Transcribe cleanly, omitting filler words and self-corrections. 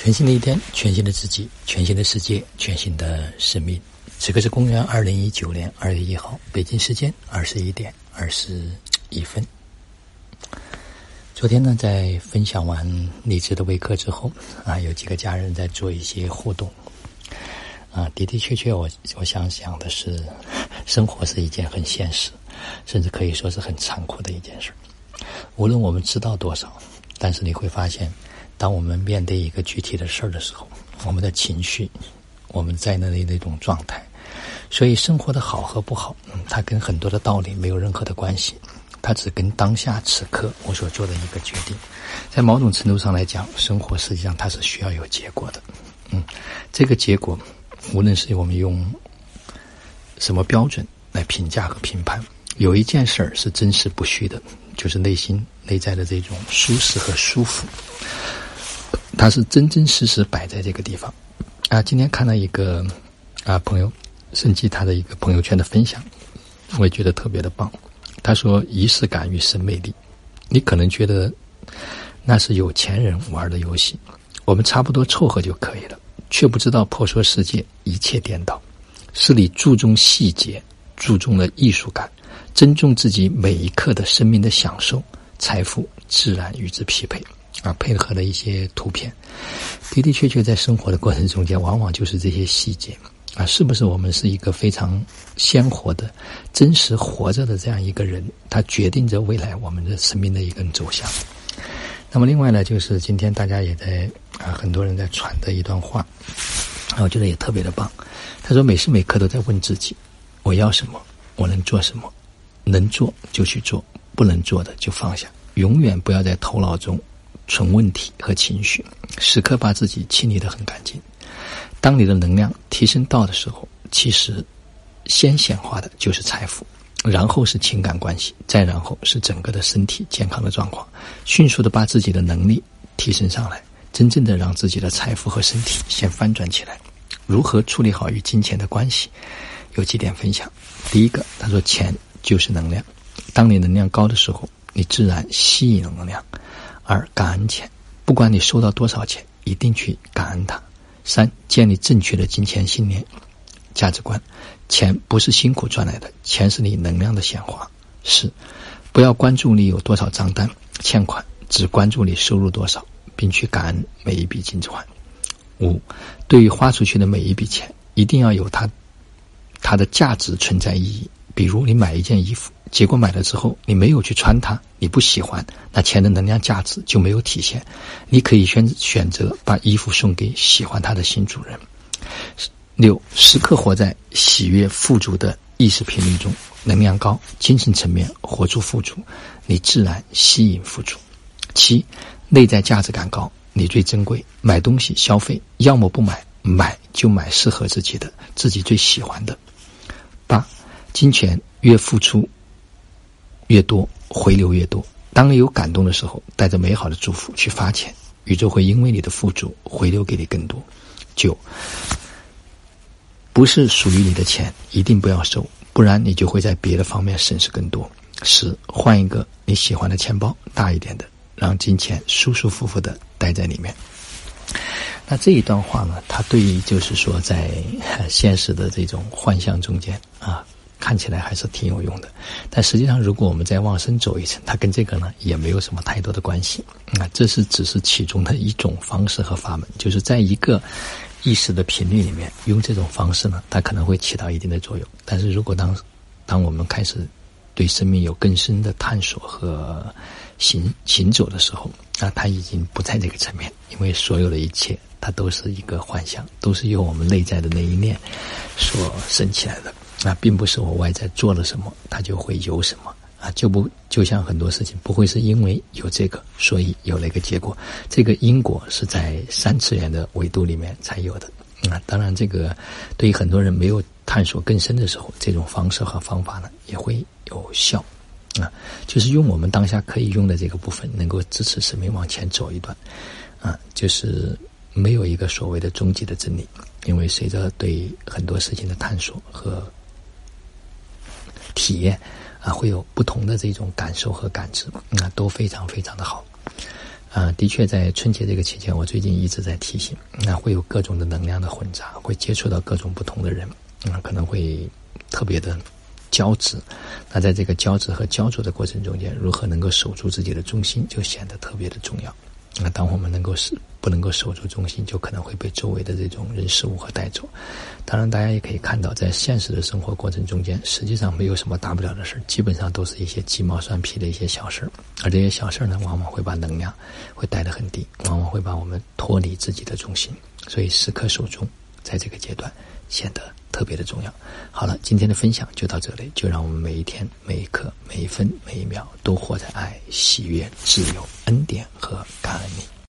全新的一天，全新的自己，全新的世界，全新的生命。此刻是公元2019年2月1号，北京时间21点21分。昨天呢，在分享完励志的微课之后有几个家人在做一些互动的确我想的是，生活是一件很现实，甚至可以说是很残酷的一件事。无论我们知道多少，但是你会发现，当我们面对一个具体的事儿的时候，我们的情绪，我们在那种状态，所以生活的好和不好，它跟很多的道理没有任何的关系，它只跟当下此刻我所做的一个决定。在某种程度上来讲，生活实际上它是需要有结果的。这个结果，无论是我们用什么标准来评价和评判，有一件事儿是真实不虚的，就是内在的这种舒适和舒服，它是真真实实摆在这个地方。今天看到一个朋友甚至他的一个朋友圈的分享，我也觉得特别的棒。他说，仪式感与生魅力。你可能觉得那是有钱人玩的游戏，我们差不多凑合就可以了，却不知道婆娑世界一切颠倒，是你注重细节，注重了艺术感，珍重自己每一刻的生命的享受，财富自然与之匹配。配合了一些图片，的确在生活的过程中间，往往就是这些细节是不是我们是一个非常鲜活的真实活着的这样一个人，它决定着未来我们的生命的一个走向。那么另外呢，就是今天大家也在很多人在传的一段话，我觉得也特别的棒。他说，每时每刻都在问自己，我要什么，我能做什么，能做就去做，不能做的就放下，永远不要在头脑中存问题和情绪，时刻把自己清理得很干净。当你的能量提升到的时候，其实先显化的就是财富，然后是情感关系，再然后是整个的身体健康的状况。迅速的把自己的能力提升上来，真正的让自己的财富和身体先翻转起来。如何处理好与金钱的关系，有几点分享。第一个，他说，钱就是能量，当你能量高的时候，你自然吸引能量。2，感恩钱，不管你收到多少钱，一定去感恩它。3，建立正确的金钱信念价值观，钱不是辛苦赚来的，钱是你能量的显化。4，不要关注你有多少账单欠款，只关注你收入多少，并去感恩每一笔金款。5，对于花出去的每一笔钱，一定要有它的价值存在意义。比如你买一件衣服，结果买了之后你没有去穿它，你不喜欢，那钱的能量价值就没有体现。你可以选择把衣服送给喜欢它的新主人。6，时刻活在喜悦富足的意识频率中，能量高，精神层面活出富足，你自然吸引富足。7，内在价值感高，你最珍贵，买东西消费，要么不买，买就买适合自己的，自己最喜欢的。8，金钱越付出越多，回流越多。当你有感动的时候，带着美好的祝福去发钱，宇宙会因为你的付出回流给你更多。9，不是属于你的钱一定不要收，不然你就会在别的方面损失更多。10，换一个你喜欢的钱包，大一点的，让金钱舒舒服服的待在里面。那这一段话呢，它对于就是说在现实的这种幻象中间看起来还是挺有用的，但实际上如果我们再往深走一层，它跟这个呢也没有什么太多的关系。这只是其中的一种方式和法门，就是在一个意识的频率里面用这种方式呢，它可能会起到一定的作用。但是如果当我们开始对生命有更深的探索和行走的时候，它已经不在这个层面，因为所有的一切它都是一个幻象，都是由我们内在的那一念所生起来的。并不是我外在做了什么它就会有什么就像很多事情不会是因为有这个所以有了一个结果，这个因果是在3次元的维度里面才有的。当然这个对于很多人没有探索更深的时候，这种方式和方法呢也会有效就是用我们当下可以用的这个部分，能够支持生命往前走一段就是没有一个所谓的终极的真理，因为随着对很多事情的探索和体验会有不同的这种感受和感知都非常非常的好的确在春节这个期间，我最近一直在提醒，那会有各种的能量的混杂，会接触到各种不同的人，可能会特别的交织。那在这个交织和焦灼的过程中间，如何能够守住自己的中心，就显得特别的重要。那当我们不能够守住中心，就可能会被周围的这种人事物和带走。当然大家也可以看到，在现实的生活过程中间，实际上没有什么大不了的事，基本上都是一些鸡毛蒜皮的一些小事，而这些小事呢，往往会把能量会带得很低，往往会把我们脱离自己的中心。所以时刻守中，在这个阶段显得特别的重要。好了，今天的分享就到这里，就让我们每一天每一刻每一分每一秒都活在爱、喜悦、自由、恩典和感恩里。